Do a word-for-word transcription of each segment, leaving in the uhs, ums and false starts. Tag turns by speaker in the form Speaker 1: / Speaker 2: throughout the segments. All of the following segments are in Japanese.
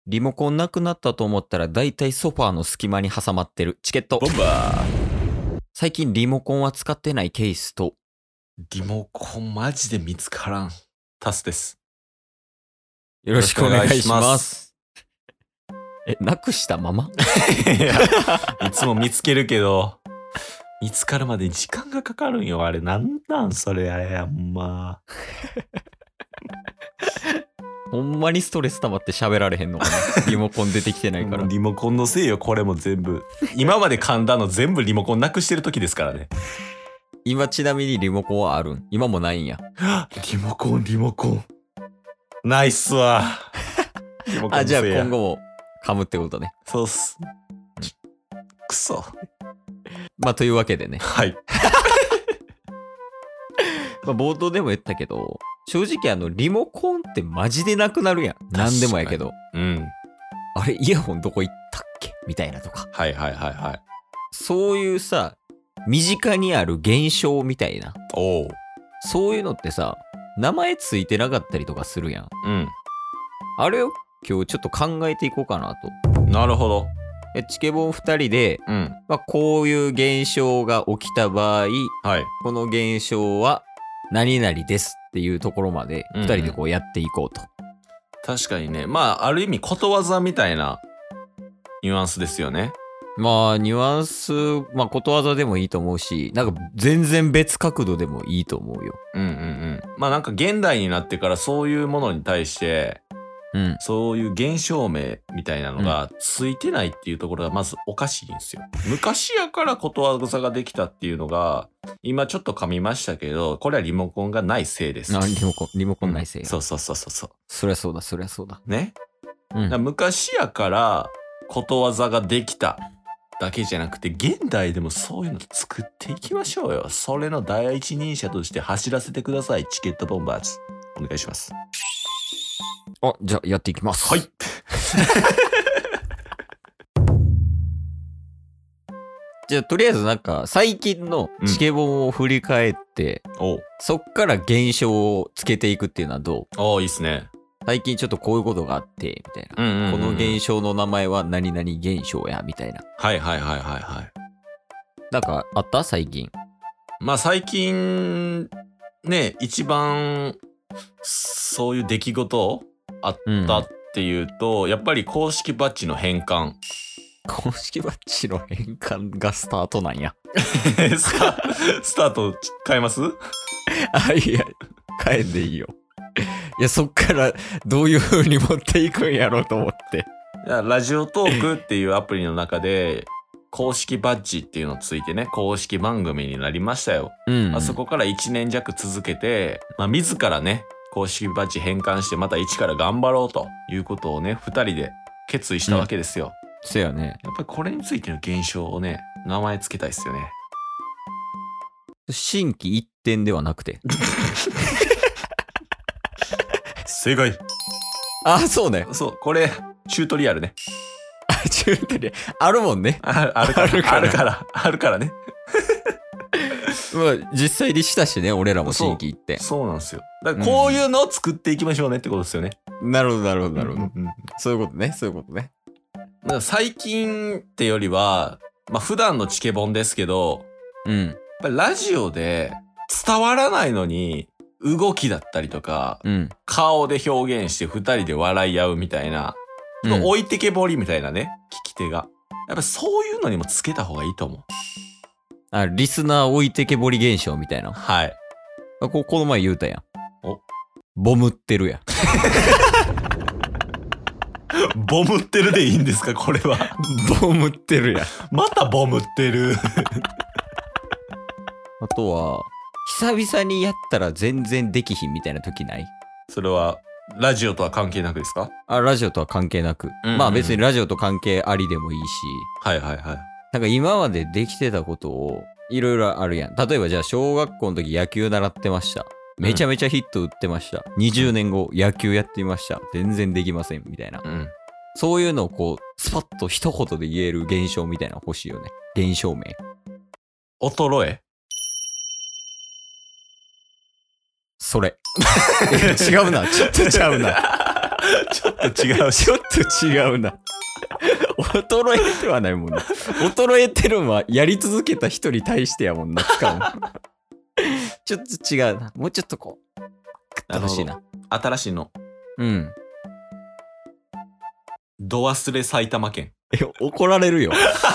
Speaker 1: リモコンなくなったと思ったらだいたいソファーの隙間に挟まってるチケット。
Speaker 2: ボンバー。
Speaker 1: 最近リモコンは使ってないケースと、
Speaker 2: リモコンマジで見つからん。タスです。
Speaker 1: よろしくお願いします。え、なくしたまま
Speaker 2: いや、いつも見つけるけど、見つかるまで時間がかかるんよ。あれ、なんなんそれ、あやんま。
Speaker 1: ほんまにストレス溜まって喋られへんのかな。リモコン出てきてないから。
Speaker 2: リモコンのせいよ、これも全部。今まで噛んだの全部リモコンなくしてる時ですからね。
Speaker 1: 今ちなみにリモコンはあるん？今もないんや。
Speaker 2: リモコン、リモコン。ないっすわ。リモコンのせいや。
Speaker 1: あ、じゃあ今後も噛むってことね。
Speaker 2: そうっす。くそ。
Speaker 1: まあというわけでね。
Speaker 2: はい。
Speaker 1: まあ冒頭でも言ったけど、正直あのリモコンってマジでなくなるやん。なんでもやけど。
Speaker 2: うん。
Speaker 1: あれイヤホンどこ行ったっけみたいなとか。
Speaker 2: はいはいはいはい。
Speaker 1: そういうさ、身近にある現象みたいな。
Speaker 2: おう。
Speaker 1: そういうのってさ、名前ついてなかったりとかするやん。
Speaker 2: うん。
Speaker 1: あれを今日ちょっと考えていこうかなと。
Speaker 2: なるほど。
Speaker 1: えチケボンふたりで、
Speaker 2: うん。
Speaker 1: まあ、こういう現象が起きた場合、
Speaker 2: はい。
Speaker 1: この現象は何々ですっていうところまで
Speaker 2: うんうん
Speaker 1: ふたりでこうやっていこうと。
Speaker 2: 確かにね。まあ、ある意味ことわざみたいなニュアンスですよね。
Speaker 1: まあ、ニュアンス、まあ、ことわざでもいいと思うし、なんか全然別角度でもいいと思うよ。
Speaker 2: うんうんうん。まあなんか現代になってからそういうものに対して、
Speaker 1: うん。
Speaker 2: そういう現象名みたいなのがついてないっていうところがまずおかしいんですよ。昔やからことわざができたっていうのが、今ちょっと噛みましたけど、これはリモコンがないせいです。
Speaker 1: あ、リモコン、リモコンないせいや、
Speaker 2: うん、そうそうそうそうそう。
Speaker 1: そりゃそうだ、そりゃそうだ。
Speaker 2: ね。
Speaker 1: うん。
Speaker 2: だ昔やからことわざができただけじゃなくて、現代でもそういうの作っていきましょうよ。それの第一人者として走らせてください。チケットボンバーズ。お願いします。
Speaker 1: あ、じゃあやっていきます。
Speaker 2: はい。
Speaker 1: じゃあとりあえずなんか最近のチケボンを振り返って、
Speaker 2: うん、お
Speaker 1: そっから現象をつけていくっていうのはどう？
Speaker 2: おー、いいっすね。
Speaker 1: 最近ちょっとこういうことがあってみたいな、
Speaker 2: うんうんうんうん、
Speaker 1: この現象の名前は何々現象やみたいな。
Speaker 2: はいはいはいはいはい。
Speaker 1: なんかあった最近？
Speaker 2: まあ最近ね、一番そういう出来事あったっていうと、うん、やっぱり公式バッジの返還。
Speaker 1: 公式バッジの返還がスタートなんや。
Speaker 2: スタスタート変えます？
Speaker 1: あ、いや、変えんでいいよ。いや、そっからどういう風に持っていくんやろうと思って。
Speaker 2: いや、ラジオトークっていうアプリの中で公式バッジっていうのついてね、公式番組になりましたよ。うんうん、あそこからいちねん弱続けて、まあ、自らね、公式バッジ返還してまた一から頑張ろうということをね、ふたりで決意したわけですよ。
Speaker 1: うん、そうやね。
Speaker 2: やっぱりこれについての現象をね、名前つけたいっすよね。
Speaker 1: 心機一転ではなくて。
Speaker 2: 正解。
Speaker 1: あ、そうね。
Speaker 2: そう、これ、チュートリアルね。
Speaker 1: あ、チュートリアル。あるもんね。
Speaker 2: ある、あるから。あるから。あるから、あるからね。
Speaker 1: まあ、実際にしたしね、俺らも心機一転。
Speaker 2: そう、そうなんですよ。だからこういうのを作っていきましょうねってことですよね。
Speaker 1: うん、なるほど、なるほど、なるほど、
Speaker 2: うんうん。
Speaker 1: そういうことね、そういうことね。
Speaker 2: だから最近ってよりは、まあ普段のチケボンですけど、
Speaker 1: うん。
Speaker 2: やっぱりラジオで伝わらないのに、動きだったりとか、うん、顔で表現して二人で笑い合うみたいな、うん、置いてけぼりみたいなね、聞き手が。やっぱそういうのにもつけた方がいいと思う。
Speaker 1: あ、リスナー置いてけぼり現象みたいな。
Speaker 2: はい。
Speaker 1: あ、こ、この前言うたやん。
Speaker 2: お
Speaker 1: ボムってるやん。
Speaker 2: ボムってるでいいんですかこれは。
Speaker 1: ボムってるやん。
Speaker 2: またボムってる。
Speaker 1: あとは、久々にやったら全然できひんみたいな時ない？
Speaker 2: それはラジオとは関係なくですか？
Speaker 1: あ、ラジオとは関係なく、うんうん、まあ別にラジオと関係ありでもいいし、
Speaker 2: はいはいはい。
Speaker 1: なんか今までできてたことをいろいろあるやん。例えばじゃあ小学校の時野球習ってました。めちゃめちゃヒット打ってました。うん、にじゅうねんご野球やってみました。全然できませんみたいな。うん、そういうのをこうスパッと一言で言える現象みたいなの欲しいよね。現象名。
Speaker 2: 衰え？
Speaker 1: それ。違うな。ちょっとちゃうな。
Speaker 2: ちょっと違うし。
Speaker 1: ちょっと違うな。衰えてはないもんな。衰えてるのはやり続けた人に対してやもんな、使うの。ちょっと違うな。もうちょっとこう、食ってほしいな。
Speaker 2: 新しいの。
Speaker 1: うん。
Speaker 2: ド忘れ埼玉県。
Speaker 1: え、怒られるよ。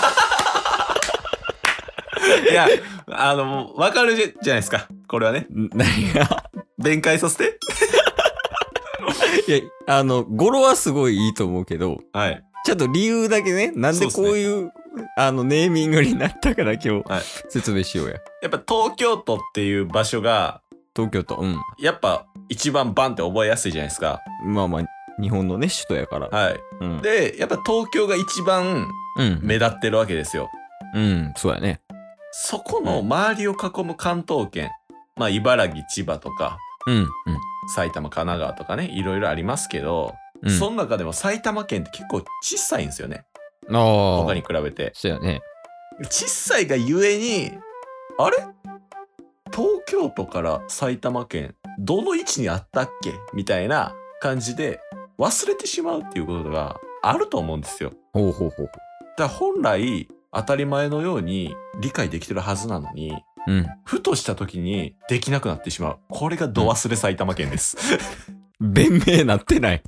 Speaker 2: いや、あの、わかるじゃ、じゃないですか。これはね。
Speaker 1: 何が
Speaker 2: 弁解させて。
Speaker 1: いや、あの、語呂はすごいいいと思うけど、
Speaker 2: はい。
Speaker 1: ちょっと理由だけね、なんでこういう、ね、あの、ネーミングになったから今日、はい、説明しようや。
Speaker 2: やっぱ東京都っていう場所が、
Speaker 1: 東京都、うん。
Speaker 2: やっぱ一番バンって覚えやすいじゃないですか。
Speaker 1: まあまあ、日本のね、首都やから。
Speaker 2: はい。うん、で、やっぱ東京が一番目立ってるわけですよ。
Speaker 1: うん、うん、そうやね。
Speaker 2: そこの周りを囲む関東圏、まあ茨城、千葉とか、
Speaker 1: うん、うん。
Speaker 2: 埼玉、神奈川とかね、いろいろありますけど、うん、その中でも埼玉県って結構小さいんですよね。
Speaker 1: ああ。
Speaker 2: 他に比べて。
Speaker 1: そうやね。
Speaker 2: 小さいがゆえに、あれ東京都から埼玉県、どの位置にあったっけみたいな感じで忘れてしまうっていうことがあると思うんですよ。
Speaker 1: ほうほうほう。
Speaker 2: だから本来当たり前のように理解できてるはずなのに、
Speaker 1: うん、
Speaker 2: ふとした時にできなくなってしまう。これがド忘れ埼玉県です。
Speaker 1: 弁明なってない。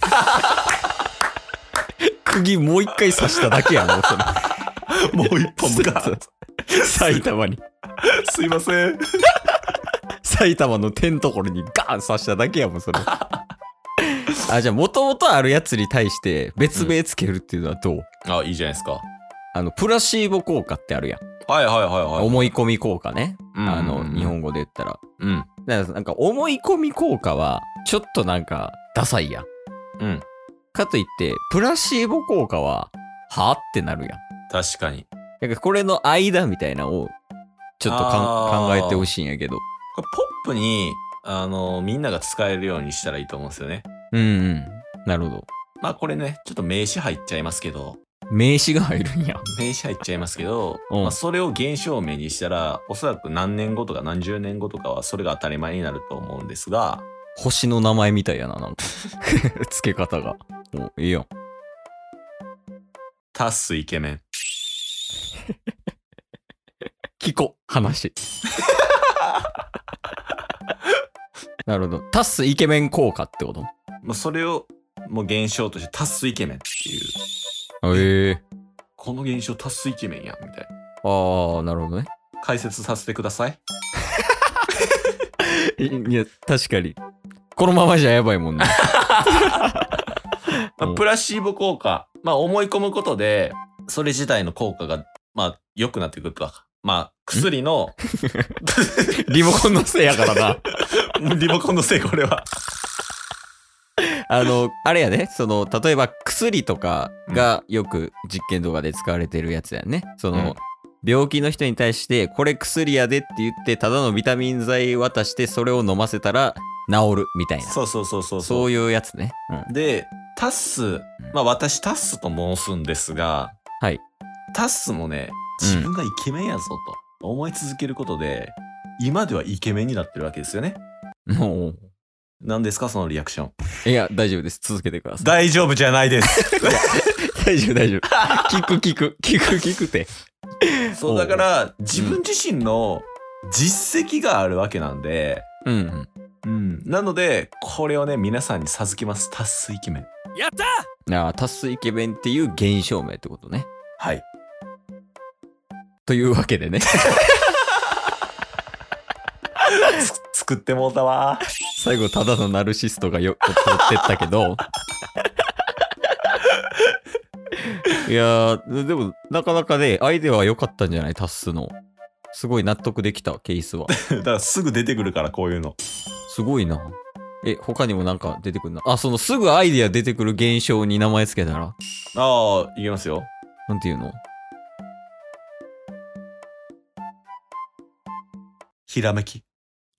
Speaker 1: 釘もう一回刺しただけやもん、それ。
Speaker 2: もう一本が
Speaker 1: 埼玉に。
Speaker 2: すいません。
Speaker 1: 埼玉の点ところにガーン刺しただけやもん、それ。あ、じゃあ元々あるやつに対して別名つけるっていうのはどう？
Speaker 2: うん、あ、いいじゃないですか。
Speaker 1: あの、プラシーボ効果ってあるやん。
Speaker 2: はいはいはいはい。
Speaker 1: 思い込み効果ね。
Speaker 2: うんうんうん、
Speaker 1: あの、日本語で言ったら。
Speaker 2: うん。
Speaker 1: だからなんか思い込み効果はちょっとなんかダサいやん。
Speaker 2: うん。
Speaker 1: かといって、プラシーボ効果は、はぁってなるやん。
Speaker 2: 確かに。
Speaker 1: だからこれの間みたいなのを、ちょっとかん考えてほしいんやけど。
Speaker 2: これポップに、あの、みんなが使えるようにしたらいいと思うんですよね。
Speaker 1: うんうん。なるほど。
Speaker 2: まあこれね、ちょっと名詞入っちゃいますけど。
Speaker 1: 名詞が入るんや。
Speaker 2: 名詞入っちゃいますけど、まあそれを現象名にしたら、おそらく何年後とか何十年後とかはそれが当たり前になると思うんですが。
Speaker 1: 星の名前みたいやな、なんか。付け方が。もういいよ。
Speaker 2: タッスイケメン。
Speaker 1: 聞こ、話。なるほど。タッスイケメン効果ってこと？
Speaker 2: もうそれをもう現象としてタッスイケメンっていう。
Speaker 1: へえー。
Speaker 2: この現象タッスイケメンやみたいな。
Speaker 1: ああ、なるほどね。
Speaker 2: 解説させてください。
Speaker 1: いや、確かに。このままじゃやばいもんね。
Speaker 2: まあ、プラシーボ効果。まあ思い込むことで、それ自体の効果が、まあ良くなってくるとか。まあ薬の。
Speaker 1: リモコンのせいやからな。
Speaker 2: リモコンのせい、これは。
Speaker 1: あの、あれやね、その、例えば薬とかがよく実験動画で使われてるやつやね。その、うん、病気の人に対して、これ薬やでって言って、ただのビタミン剤渡して、それを飲ませたら治るみたいな。
Speaker 2: そうそうそうそう。
Speaker 1: そういうやつね。
Speaker 2: うん、で、タッス、まあ私タッスと申すんですが、
Speaker 1: はい。
Speaker 2: タッスもね、自分がイケメンやぞと思い続けることで、うん、今ではイケメンになってるわけですよね。
Speaker 1: もう。
Speaker 2: 何ですかそのリアクション。
Speaker 1: いや、大丈夫です。続けてください。
Speaker 2: 大丈夫じゃないです。
Speaker 1: 大丈夫、大丈夫。聞く、聞く、聞く、聞くって。
Speaker 2: そう、だから、自分自身の実績があるわけなんで、
Speaker 1: うん、
Speaker 2: うん。うん。なので、これをね、皆さんに授けます。タッスイケメン。
Speaker 1: やったー！ああ、タッスイケメンっていう現象名ってことね。
Speaker 2: はい。
Speaker 1: というわけでね。
Speaker 2: 作ってもうたわ。
Speaker 1: 最後ただのナルシストがよ取ってったけどいやーでもなかなかねアイデアは良かったんじゃない？タッスのすごい納得できたケースは。
Speaker 2: だからすぐ出てくるからこういうの
Speaker 1: すごいな。え他にもなんか出てくるなあ。そのすぐアイデア出てくる現象に名前つけたら
Speaker 2: ああいきますよ。
Speaker 1: なんていうの？
Speaker 2: ひらめき。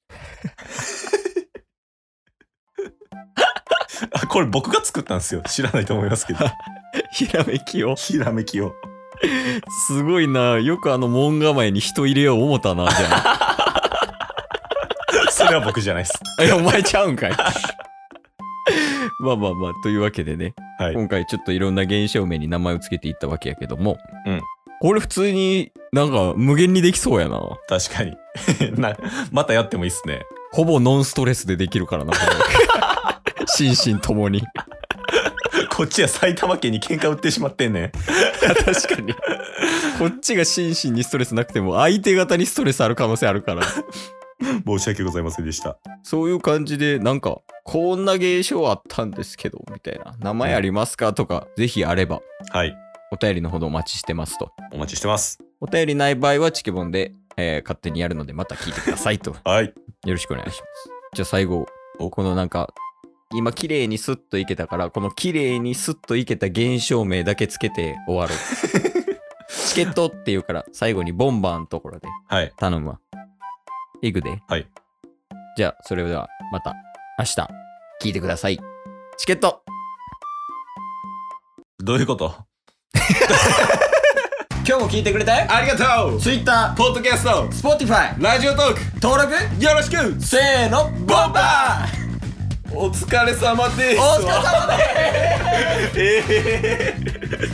Speaker 2: あ、これ僕が作ったんですよ。知らないと思いますけど。
Speaker 1: ひらめきを
Speaker 2: ひらめきを。
Speaker 1: すごいな。よくあの門構えに人入れよう思ったな。じゃあ。
Speaker 2: それは僕じゃないです。
Speaker 1: え、お前ちゃうんかい。 まあまあまあ、というわけでね、
Speaker 2: はい。
Speaker 1: 今回ちょっといろんな現象名に名前をつけていったわけやけども、
Speaker 2: うん。
Speaker 1: これ普通になんか無限にできそうやな。
Speaker 2: 確かに。な、またやってもいいっすね。
Speaker 1: ほぼノンストレスでできるからな、これ心身ともに。
Speaker 2: こっちは埼玉県に喧嘩売ってしまってんねん。
Speaker 1: 確かに。こっちが心身にストレスなくても相手方にストレスある可能性あるから。
Speaker 2: 申し訳ございませんでした。
Speaker 1: そういう感じで、なんか、こんな現象あったんですけど、みたいな。名前ありますかとか、ぜひあれば、
Speaker 2: はい。
Speaker 1: お便りのほどお待ちしてますと。
Speaker 2: お待ちしてます。
Speaker 1: お便りない場合はチケボンで、えー勝手にやるので、また聞いてくださいと。
Speaker 2: はい。
Speaker 1: よろしくお願いします。じゃあ最後、このなんか、今綺麗にスッといけたから、この綺麗にスッといけた現象名だけつけて終わろう。チケットっていうから、最後にボンバーのところで
Speaker 2: はい。
Speaker 1: 頼むわ。いくで。
Speaker 2: はい。
Speaker 1: じゃあ、それではまた明日聞いてください。チケット。
Speaker 2: どういうこと？
Speaker 1: 今日も聞いてくれて
Speaker 2: ありがとう。
Speaker 1: Twitter、
Speaker 2: ポッドキャスト、
Speaker 1: Spotify、
Speaker 2: ラジオトーク、
Speaker 1: 登録
Speaker 2: よろしく。
Speaker 1: せーの、ボンバー。
Speaker 2: お疲れ様です。
Speaker 1: お疲れ様です。
Speaker 2: ええー